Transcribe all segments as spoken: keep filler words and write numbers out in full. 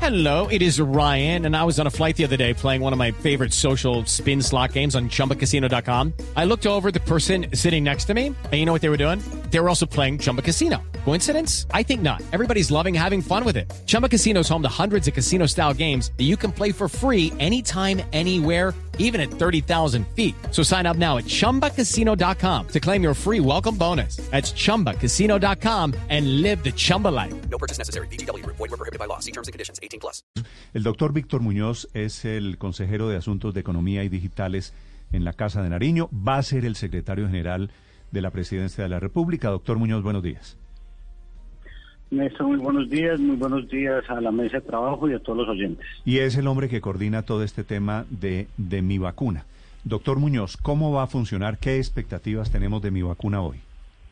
Hello, it is Ryan, and I was on a flight the other day playing one of my favorite social spin slot games on Chumba Casino dot com. I looked over at the person sitting next to me, and you know what they were doing? They were also playing Chumba Casino. Coincidence? I think not. Everybody's loving having fun with it. Chumba Casino is home to hundreds of casino-style games that you can play for free anytime, anywhere, even at thirty thousand feet. So sign up now at Chumba Casino dot com to claim your free welcome bonus. That's Chumba Casino dot com and live the Chumba life. No purchase necessary. V G W. Void where prohibited by law. See terms and conditions. eighteen plus. El doctor Víctor Muñoz es el consejero de Asuntos de Economía y Digitales en la Casa de Nariño. Va a ser el secretario general de la Presidencia de la República. Doctor Muñoz, buenos días. Néstor, muy buenos días, muy buenos días a la mesa de trabajo y a todos los oyentes. Y es el hombre que coordina todo este tema de, de Mi Vacuna. Doctor Muñoz, ¿cómo va a funcionar? ¿Qué expectativas tenemos de Mi Vacuna hoy?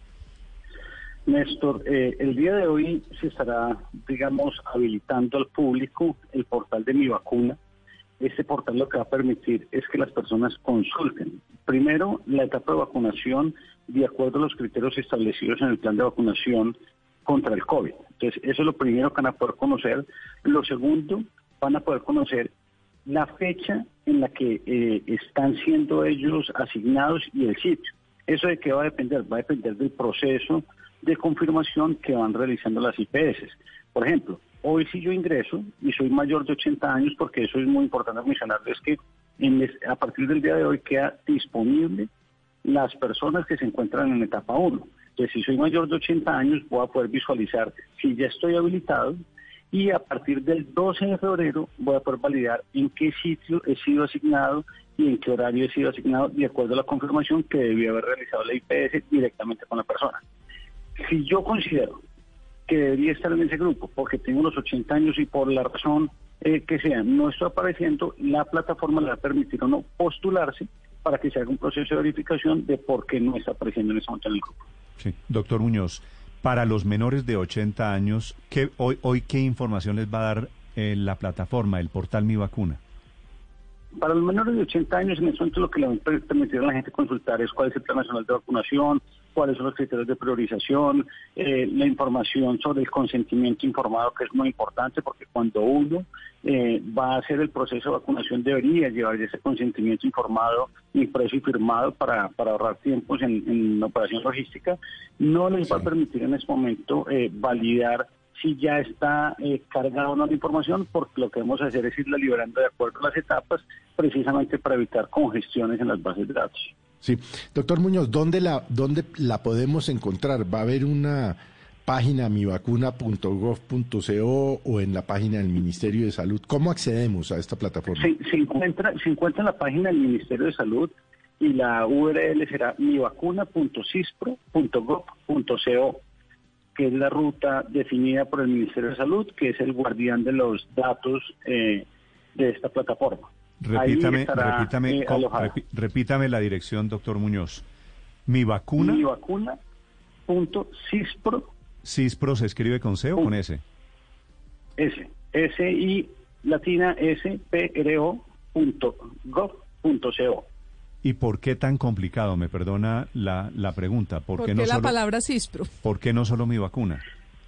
Néstor, eh, el día de hoy se estará, digamos, habilitando al público el portal de Mi Vacuna. Este portal lo que va a permitir es que las personas consulten, primero, la etapa de vacunación de acuerdo a los criterios establecidos en el plan de vacunación contra el COVID. Entonces, eso es lo primero que van a poder conocer. Lo segundo, van a poder conocer la fecha en la que eh, están siendo ellos asignados y el sitio. ¿Eso de qué va a depender? Va a depender del proceso de confirmación que van realizando las I P S. Por ejemplo, hoy si yo ingreso y soy mayor de ochenta años, porque eso es muy importante mencionarles que en es, a partir del día de hoy queda disponible las personas que se encuentran en etapa uno. Entonces, si soy mayor de ochenta años, voy a poder visualizar si ya estoy habilitado y a partir del doce de febrero voy a poder validar en qué sitio he sido asignado y en qué horario he sido asignado de acuerdo a la confirmación que debió haber realizado la I P S directamente con la persona. Si yo considero que debería estar en ese grupo porque tengo los ochenta años y por la razón eh, que sea no estoy apareciendo, la plataforma le va a permitir o no postularse para que se haga un proceso de verificación de por qué no está apareciendo en ese momento en el grupo. Sí, doctor Muñoz, para los menores de ochenta años, ¿qué, hoy, hoy qué información les va a dar eh, la plataforma, el portal Mi Vacuna? Para los menores de ochenta años, en ese momento lo que le va a permitir a la gente consultar es cuál es el Plan Nacional de Vacunación, cuáles son los criterios de priorización, eh, la información sobre el consentimiento informado, que es muy importante, porque cuando uno eh, va a hacer el proceso de vacunación debería llevar ese consentimiento informado, impreso y firmado para, para ahorrar tiempos en, en la operación logística. No les va a permitir en este momento eh, validar si ya está eh, cargada o no la información, porque lo que vamos a hacer es irla liberando de acuerdo a las etapas, precisamente para evitar congestiones en las bases de datos. Sí, doctor Muñoz, ¿dónde la, dónde la podemos encontrar? ¿Va a haber una página mi vacuna punto gov punto co o en la página del Ministerio de Salud? ¿Cómo accedemos a esta plataforma? Se, se, encuentra, se encuentra en la página del Ministerio de Salud y la U R L será mi vacuna punto cispro punto gov punto co, que es la ruta definida por el Ministerio de Salud, que es el guardián de los datos eh, de esta plataforma. Repítame, estará, repítame, eh, con, repi, repítame la dirección, doctor Muñoz. Mi vacuna. Mi vacuna punto cispro. Cispro se escribe con C o con S. S. S I latina S P R O punto gov punto co. ¿Y por qué tan complicado? Me perdona la, la pregunta. ¿Por, ¿Por qué qué no la solo, palabra Cispro? ¿Por qué no solo Mi Vacuna?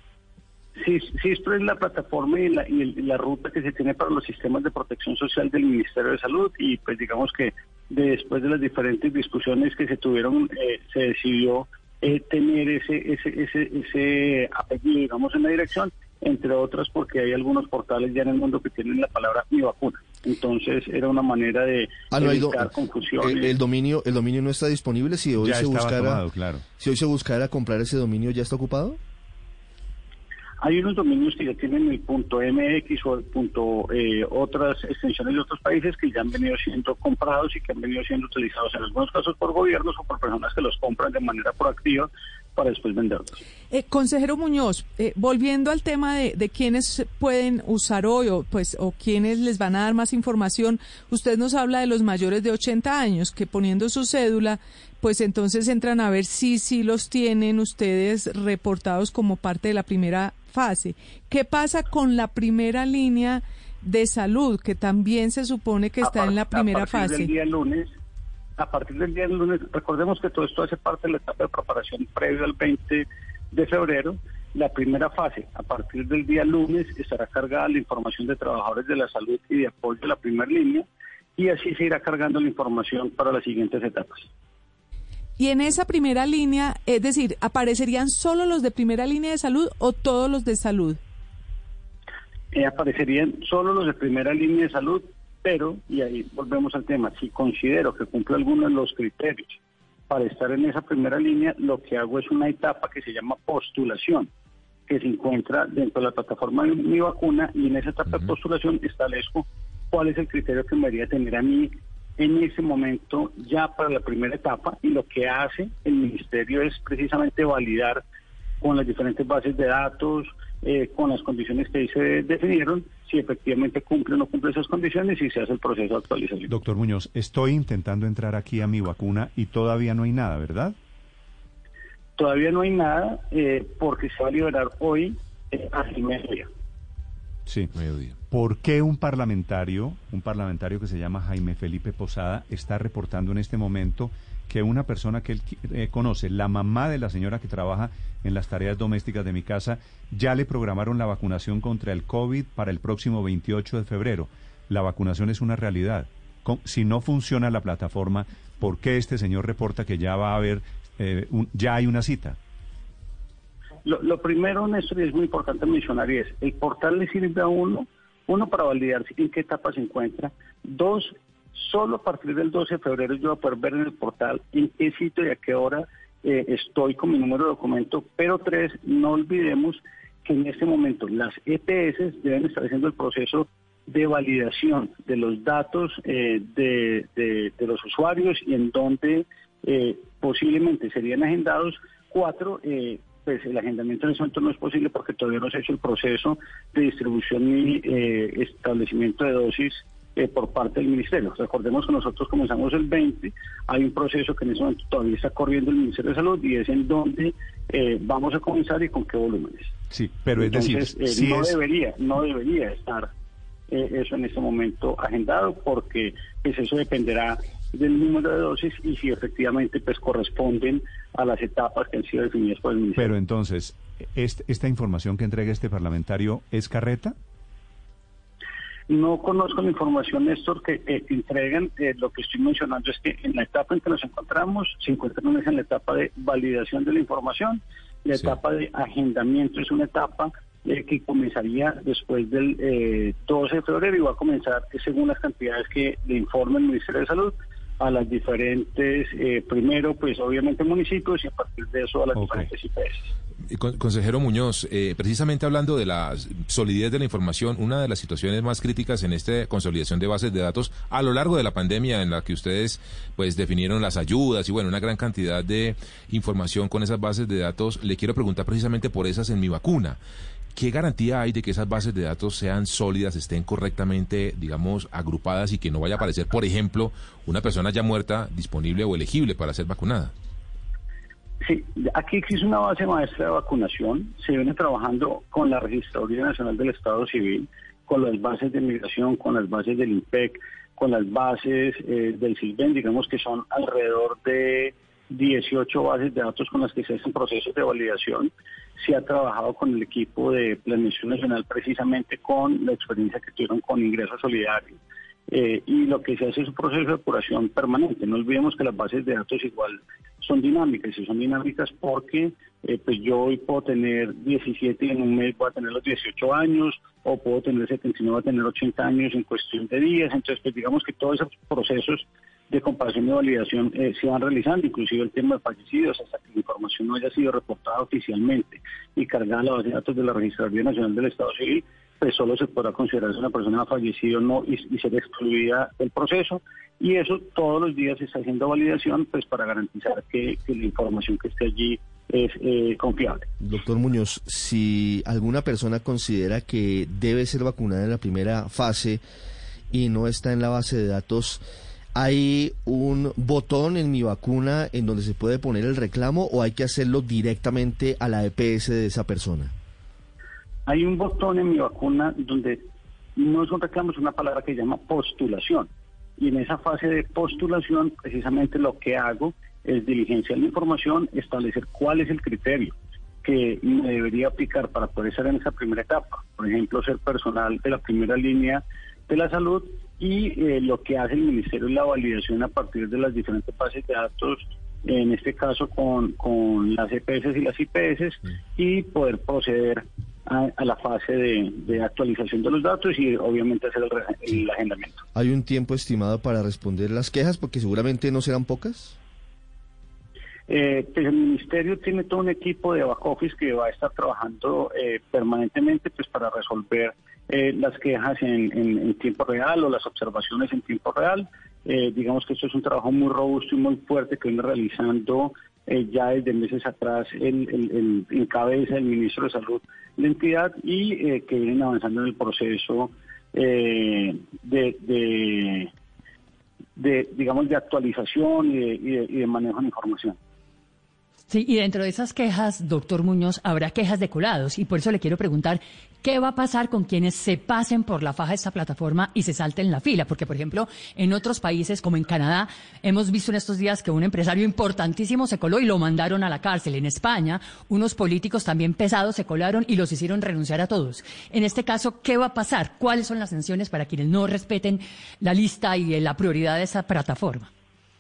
Cispro es la plataforma y la, y la ruta que se tiene para los sistemas de protección social del Ministerio de Salud, y pues digamos que después de las diferentes discusiones que se tuvieron, eh, se decidió eh, tener ese, ese, ese, ese apellido, digamos, en la dirección, entre otras porque hay algunos portales ya en el mundo que tienen la palabra Mi Vacuna. Entonces era una manera de ah, no, evitar do, confusiones. El, el dominio, el dominio no está disponible. Si hoy ya se buscara, tomado, claro. Si hoy se buscara comprar ese dominio, ¿ya está ocupado? Hay unos dominios que ya tienen el punto M X o el punto eh, otras extensiones de otros países que ya han venido siendo comprados y que han venido siendo utilizados en algunos casos por gobiernos o por personas que los compran de manera proactiva para después venderlos. Eh, consejero Muñoz, eh, volviendo al tema de, de quiénes pueden usar hoy o pues o quiénes les van a dar más información, usted nos habla de los mayores de ochenta años que poniendo su cédula, pues entonces entran a ver si sí los tienen ustedes reportados como parte de la primera fase. ¿Qué pasa con la primera línea de salud, que también se supone que está en la primera fase? A partir del día lunes, a partir del día lunes, recordemos que todo esto hace parte de la etapa de preparación previo al veinte de febrero, La primera fase, a partir del día lunes, estará cargada la información de trabajadores de la salud y de apoyo de la primera línea, y así se irá cargando la información para las siguientes etapas. Y en esa primera línea, es decir, ¿aparecerían solo los de primera línea de salud o todos los de salud? Eh, aparecerían solo los de primera línea de salud, pero, y ahí volvemos al tema, si considero que cumple alguno de los criterios para estar en esa primera línea, lo que hago es una etapa que se llama postulación, que se encuentra dentro de la plataforma de Mi Vacuna, y en esa etapa uh-huh. de postulación establezco cuál es el criterio que me debería tener a mí en ese momento ya para la primera etapa, y lo que hace el Ministerio es precisamente validar con las diferentes bases de datos, eh, con las condiciones que ahí se definieron, si efectivamente cumple o no cumple esas condiciones, y se hace el proceso de actualización. Doctor Muñoz, estoy intentando entrar aquí a Mi Vacuna y todavía no hay nada, ¿verdad? Todavía no hay nada, eh, porque se va a liberar hoy eh, a mediodía. Sí, mediodía. ¿Por qué un parlamentario, un parlamentario que se llama Jaime Felipe Posada, está reportando en este momento que una persona que él eh, conoce, la mamá de la señora que trabaja en las tareas domésticas de mi casa, ya le programaron la vacunación contra el COVID para el próximo veintiocho de febrero? La vacunación es una realidad. Si no funciona la plataforma, ¿por qué este señor reporta que ya va a haber, eh, un, ya hay una cita? Lo, lo primero, Néstor, y es muy importante mencionar, y es, el portal le sirve a uno, uno para validar en qué etapa se encuentra, dos, solo a partir del doce de febrero yo voy a poder ver en el portal en qué sitio y a qué hora eh, estoy con mi número de documento, pero tres, no olvidemos que en este momento las E P S deben estar haciendo el proceso de validación de los datos eh, de, de, de los usuarios y en donde eh, posiblemente serían agendados. Cuatro, eh, pues el agendamiento en ese momento no es posible porque todavía no se ha hecho el proceso de distribución y eh, establecimiento de dosis eh, por parte del Ministerio. Recordemos que nosotros comenzamos el veinte, hay un proceso que en ese momento todavía está corriendo el Ministerio de Salud y es en donde eh, vamos a comenzar y con qué volúmenes. Sí, pero Entonces, es decir, eh, si no es... debería, no debería estar eh, eso en este momento agendado, porque pues eso dependerá del número de dosis y si efectivamente pues corresponden a las etapas que han sido definidas por el Ministerio. Pero entonces, ¿este, ¿esta información que entrega este parlamentario es carreta? No conozco la información, Néstor, que eh, entregan. Eh, lo que estoy mencionando es que en la etapa en que nos encontramos, se encuentran en la etapa de validación de la información. La sí. etapa de agendamiento es una etapa eh, que comenzaría después del eh, doce de febrero y va a comenzar eh, según las cantidades que le informe el Ministerio de Salud a las diferentes, eh, primero pues obviamente municipios y a partir de eso a las okay. diferentes I P S. Consejero Muñoz, eh, precisamente hablando de la solidez de la información, una de las situaciones más críticas en esta consolidación de bases de datos a lo largo de la pandemia, en la que ustedes pues definieron las ayudas y bueno, una gran cantidad de información con esas bases de datos, le quiero preguntar precisamente por esas en Mi Vacuna. ¿Qué garantía hay de que esas bases de datos sean sólidas, estén correctamente, digamos, agrupadas y que no vaya a aparecer, por ejemplo, una persona ya muerta disponible o elegible para ser vacunada? Sí, aquí existe una base maestra de vacunación. Se viene trabajando con la Registraduría Nacional del Estado Civil, con las bases de migración, con las bases del INPEC, con las bases eh, del SILVEN, digamos que son alrededor de dieciocho bases de datos con las que se hacen procesos de validación. Se ha trabajado con el equipo de Planeación Nacional precisamente con la experiencia que tuvieron con Ingreso Solidario. Eh, y lo que se hace es un proceso de depuración permanente. No olvidemos que las bases de datos igual son dinámicas, y son dinámicas porque eh, pues yo hoy puedo tener diecisiete y en un mes voy a tener los dieciocho años, o puedo tener setenta y nueve, voy a tener ochenta años en cuestión de días. Entonces, pues digamos que todos esos procesos de comparación y validación eh, se van realizando, inclusive el tema de fallecidos, hasta que la información no haya sido reportada oficialmente y cargada a la base de datos de la Registraduría Nacional del Estado Civil, pues solo se podrá considerarse una persona fallecida o no y, y ser excluida del proceso, y eso todos los días se está haciendo validación pues para garantizar que, que la información que esté allí es eh, confiable. Doctor Muñoz, si alguna persona considera que debe ser vacunada en la primera fase y no está en la base de datos, ¿hay un botón en Mi Vacuna en donde se puede poner el reclamo o hay que hacerlo directamente a la E P S de esa persona? Hay un botón en Mi Vacuna donde no es un reclamo, es una palabra que se llama postulación. Y en esa fase de postulación, precisamente lo que hago es diligenciar la información, establecer cuál es el criterio que me debería aplicar para poder estar en esa primera etapa. Por ejemplo, ser personal de la primera línea de la salud, y eh, lo que hace el Ministerio es la validación a partir de las diferentes bases de datos, en este caso con, con las E P S y las I P S, y poder proceder a, a la fase de, de actualización de los datos y obviamente hacer el, el, el agendamiento. ¿Hay un tiempo estimado para responder las quejas? Porque seguramente no serán pocas. Eh, pues el Ministerio tiene todo un equipo de back office que va a estar trabajando eh, permanentemente pues para resolver eh, las quejas en, en, en tiempo real o las observaciones en tiempo real. Eh, digamos que esto es un trabajo muy robusto y muy fuerte que viene realizando eh, ya desde meses atrás el, el, el encabeza el Ministro de Salud de entidad, y eh, que vienen avanzando en el proceso eh, de, de, de, digamos, de actualización y de, y de, y de manejo de información. Sí, y dentro de esas quejas, doctor Muñoz, habrá quejas de colados, y por eso le quiero preguntar qué va a pasar con quienes se pasen por la faja de esta plataforma y se salten la fila, porque por ejemplo, en otros países como en Canadá, hemos visto en estos días que un empresario importantísimo se coló y lo mandaron a la cárcel. En España, unos políticos también pesados se colaron y los hicieron renunciar a todos. En este caso, ¿qué va a pasar? ¿Cuáles son las sanciones para quienes no respeten la lista y la prioridad de esa plataforma?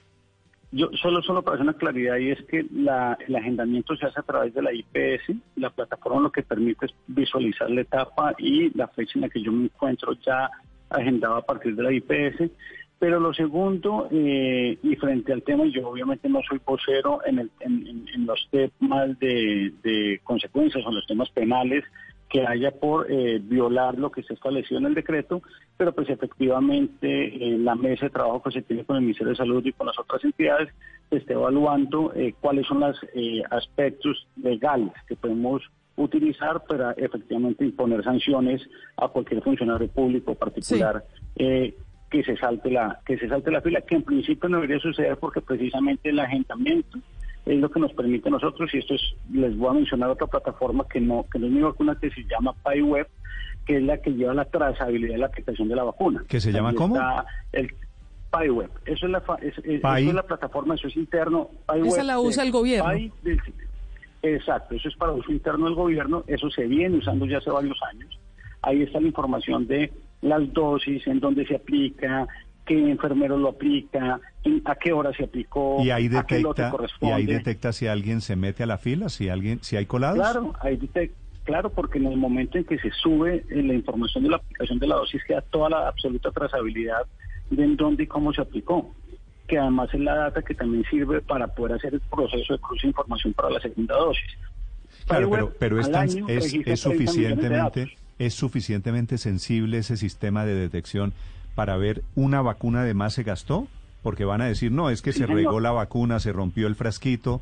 Yo solo, solo para hacer una claridad, y es que la, el agendamiento se hace a través de la I P S. La plataforma lo que permite es visualizar la etapa y la fecha en la que yo me encuentro ya agendado a partir de la I P S. Pero lo segundo, eh, y frente al tema, yo obviamente no soy vocero en, el, en, en, en los temas de, de consecuencias o los temas penales que haya por eh, violar lo que se estableció en el decreto, pero pues efectivamente en la mesa de trabajo que se tiene con el Ministerio de Salud y con las otras entidades se está evaluando eh, cuáles son los eh, aspectos legales que podemos utilizar para efectivamente imponer sanciones a cualquier funcionario público particular sí. eh, que se salte la que se salte la fila, que en principio no debería suceder porque precisamente el agendamiento es lo que nos permite a nosotros, y esto es, les voy a mencionar otra plataforma que no que no es mi vacuna, que se llama PayWeb, que es la que lleva la trazabilidad de la aplicación de la vacuna. ¿Que se llama cómo? El PayWeb. Eso es la es, es, Pay. eso es la plataforma, eso es interno. PayWeb, esa la usa el gobierno. Pay, del, exacto, eso es para uso interno del gobierno, eso se viene usando ya hace varios años. Ahí está la información de las dosis, en dónde se aplica, qué enfermero lo aplica, a qué hora se aplicó, y ahí detecta, a qué lote corresponde. Y ahí detecta si alguien se mete a la fila, si alguien, si hay colados. Claro, ahí detecta, claro, porque en el momento en que se sube en la información de la aplicación de la dosis queda toda la absoluta trazabilidad de en dónde y cómo se aplicó, que además es la data que también sirve para poder hacer el proceso de cruce de información para la segunda dosis. Claro, pero, pero es, tan, es, es suficientemente es suficientemente sensible ese sistema de detección para ver una vacuna de más se gastó, porque van a decir, no, es que sí, se regó señor. la vacuna, se rompió el frasquito.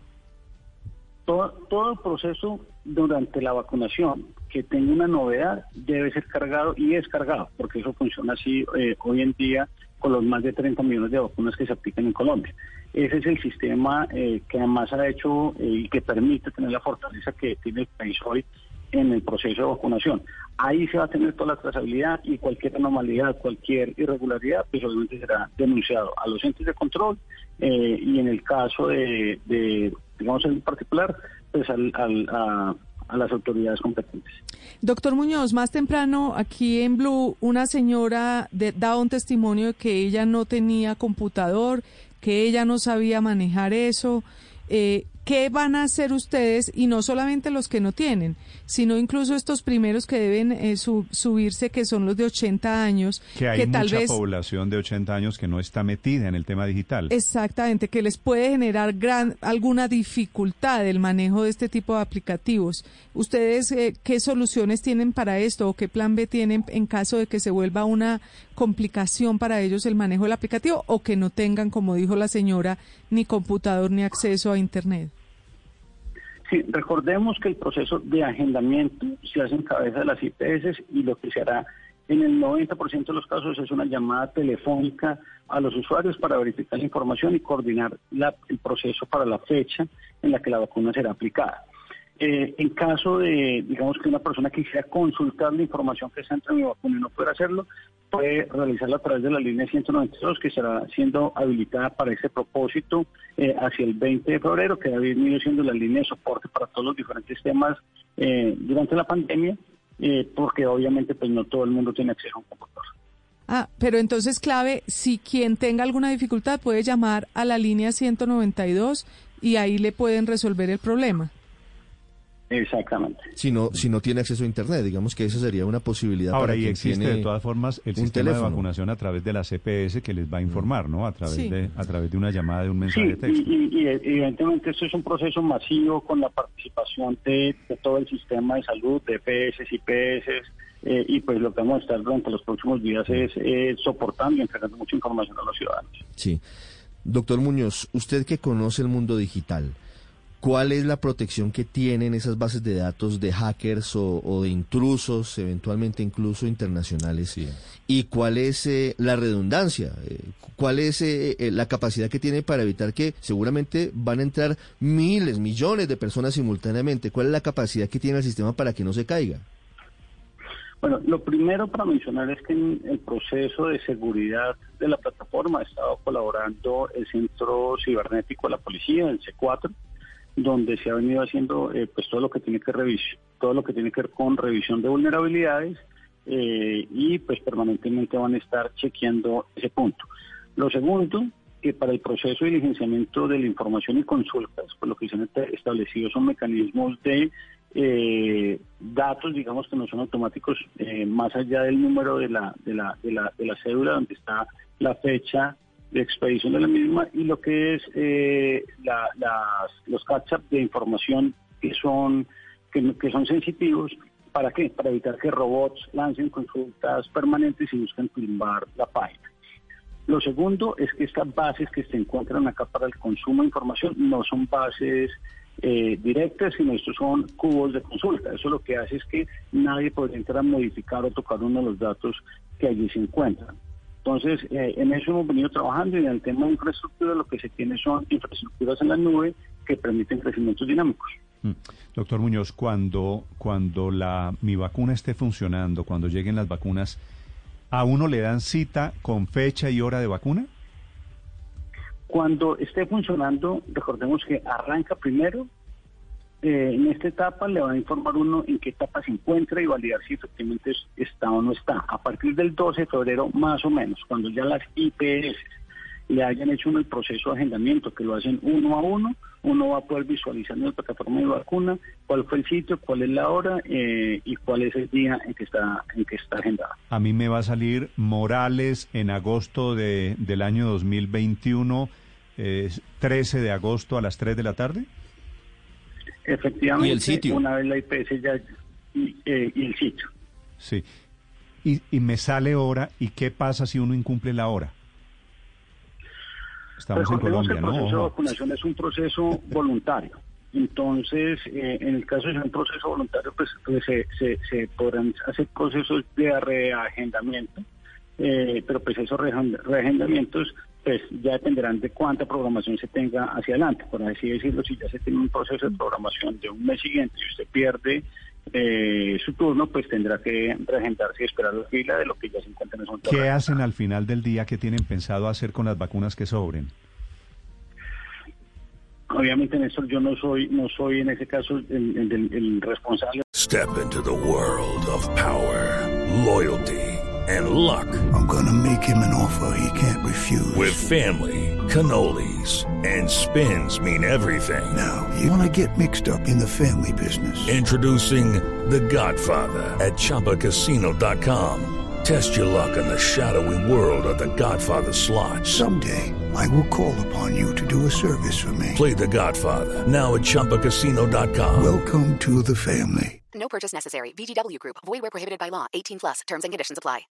Todo, todo el proceso durante la vacunación que tenga una novedad debe ser cargado, y es cargado, porque eso funciona así eh, hoy en día con los más de treinta millones de vacunas que se aplican en Colombia. Ese es el sistema eh, que además ha hecho eh, y que permite tener la fortaleza que tiene el país hoy en el proceso de vacunación. Ahí se va a tener toda la trazabilidad, y cualquier anomalidad, cualquier irregularidad, pues obviamente será denunciado a los entes de control eh, y en el caso de, de digamos en particular, pues al, al, a, a las autoridades competentes. Doctor Muñoz, más temprano aquí en Blue, una señora de, daba un testimonio de que ella no tenía computador, que ella no sabía manejar eso. Eh, ¿Qué van a hacer ustedes? Y no solamente los que no tienen, sino incluso estos primeros que deben eh, sub, subirse, que son los de ochenta años. Que hay que mucha tal vez, población de ochenta años que no está metida en el tema digital. Exactamente, que les puede generar gran alguna dificultad el manejo de este tipo de aplicativos. ¿Ustedes eh, qué soluciones tienen para esto o qué plan B tienen en caso de que se vuelva una complicación para ellos el manejo del aplicativo o que no tengan, como dijo la señora, ni computador ni acceso a Internet? Sí, recordemos que el proceso de agendamiento se hace en cabeza de las I P S, y lo que se hará en el noventa por ciento de los casos es una llamada telefónica a los usuarios para verificar la información y coordinar la, el proceso para la fecha en la que la vacuna será aplicada. Eh, en caso de, digamos, que una persona quisiera consultar la información que está entre mi vacuna y no pueda hacerlo, puede realizarlo a través de la línea ciento noventa y dos, que estará siendo habilitada para ese propósito eh, hacia el veinte de febrero, que ha venido siendo la línea de soporte para todos los diferentes temas eh, durante la pandemia, eh, porque obviamente pues no todo el mundo tiene acceso a un computador. Ah, pero entonces, clave, si quien tenga alguna dificultad puede llamar a la línea ciento noventa y dos y ahí le pueden resolver el problema. Exactamente. Si no, si no tiene acceso a Internet, digamos que esa sería una posibilidad. Ahora, para y quien existe tiene de todas formas el un sistema teléfono de vacunación a través de la C P S que les va a informar, ¿no? A través Sí. de a través de una llamada, de un mensaje Sí, de texto. y, y, y evidentemente esto es un proceso masivo con la participación de, de todo el sistema de salud, de E P S, I P S, eh, y pues lo que vamos a estar durante los próximos días es eh, soportando y entregando mucha información a los ciudadanos. Sí. Doctor Muñoz, usted que conoce el mundo digital, ¿cuál es la protección que tienen esas bases de datos de hackers o, o de intrusos, eventualmente incluso internacionales? Sí. ¿Y cuál es eh, la redundancia? Eh, ¿Cuál es eh, eh, la capacidad que tiene para evitar que seguramente van a entrar miles, millones de personas simultáneamente? ¿Cuál es la capacidad que tiene el sistema para que no se caiga? Bueno, lo primero para mencionar es que en el proceso de seguridad de la plataforma ha estado colaborando el Centro Cibernético de la Policía, el C cuatro, donde se ha venido haciendo eh, pues todo lo que tiene que revisar, todo lo que tiene que ver con revisión de vulnerabilidades eh, y pues permanentemente van a estar chequeando ese punto. Lo segundo, que para el proceso de diligenciamiento de la información y consultas, pues lo que se han establecido son mecanismos de eh, datos, digamos que no son automáticos, eh, más allá del número de la de la de la de la cédula donde está la fecha de expedición de la misma y lo que es eh, la, las, los catch-up de información que son que, que son sensitivos. ¿Para qué? Para evitar que robots lancen consultas permanentes y busquen tumbar la página. Lo segundo es que estas bases que se encuentran acá para el consumo de información no son bases eh, directas, sino estos son cubos de consulta. Eso lo que hace es que nadie podría entrar a modificar o tocar uno de los datos que allí se encuentran. Entonces, eh, en eso hemos venido trabajando y en el tema de infraestructura lo que se tiene son infraestructuras en la nube que permiten crecimientos dinámicos. Mm. Doctor Muñoz, cuando, cuando la mi vacuna esté funcionando, cuando lleguen las vacunas, ¿a uno le dan cita con fecha y hora de vacuna? Cuando esté funcionando, recordemos que arranca primero. Eh, en esta etapa le va a informar uno en qué etapa se encuentra y validar si efectivamente está o no está. A partir del doce de febrero, más o menos, cuando ya las I P S le hayan hecho uno el proceso de agendamiento, que lo hacen uno a uno, uno va a poder visualizar en la plataforma de vacuna cuál fue el sitio, cuál es la hora eh, y cuál es el día en que está en que está agendada. A mí me va a salir Morales en agosto de, del año dos mil veintiuno, eh, trece de agosto a las tres de la tarde. Efectivamente, ¿Y el sitio? Una vez la I P S ya y, eh, y el sitio. Sí. Y, y me sale hora, ¿y qué pasa si uno incumple la hora? Estamos en Recordemos Colombia, que el ¿no? proceso de Ojo. vacunación es un proceso voluntario. Entonces, eh, en el caso de ser un proceso voluntario, pues, pues se, se, se podrán hacer procesos de reagendamiento, eh, pero pues esos reagendamientos pues ya dependerán de cuánta programación se tenga hacia adelante. Por así decirlo, si ya se tiene un proceso de programación de un mes siguiente y usted pierde eh, su turno, pues tendrá que reagendarse y esperar la fila de lo que ya se encuentra en ese momento. ¿Qué hacen al final del día? ¿Qué tienen pensado hacer con las vacunas que sobren? Obviamente, Néstor, yo no soy, no soy en ese caso el, el, el, el responsable. Step into the world of power, loyalty, and luck. I'm gonna make him an offer he can't refuse. With family, cannolis, and spins mean everything. Now, you wanna get mixed up in the family business. Introducing The Godfather at Chumba Casino dot com. Test your luck in the shadowy world of The Godfather slot. Someday, I will call upon you to do a service for me. Play The Godfather now at Chumba Casino dot com. Welcome to the family. No purchase necessary. V G W Group. Void where prohibited by law. eighteen plus. Terms and conditions apply.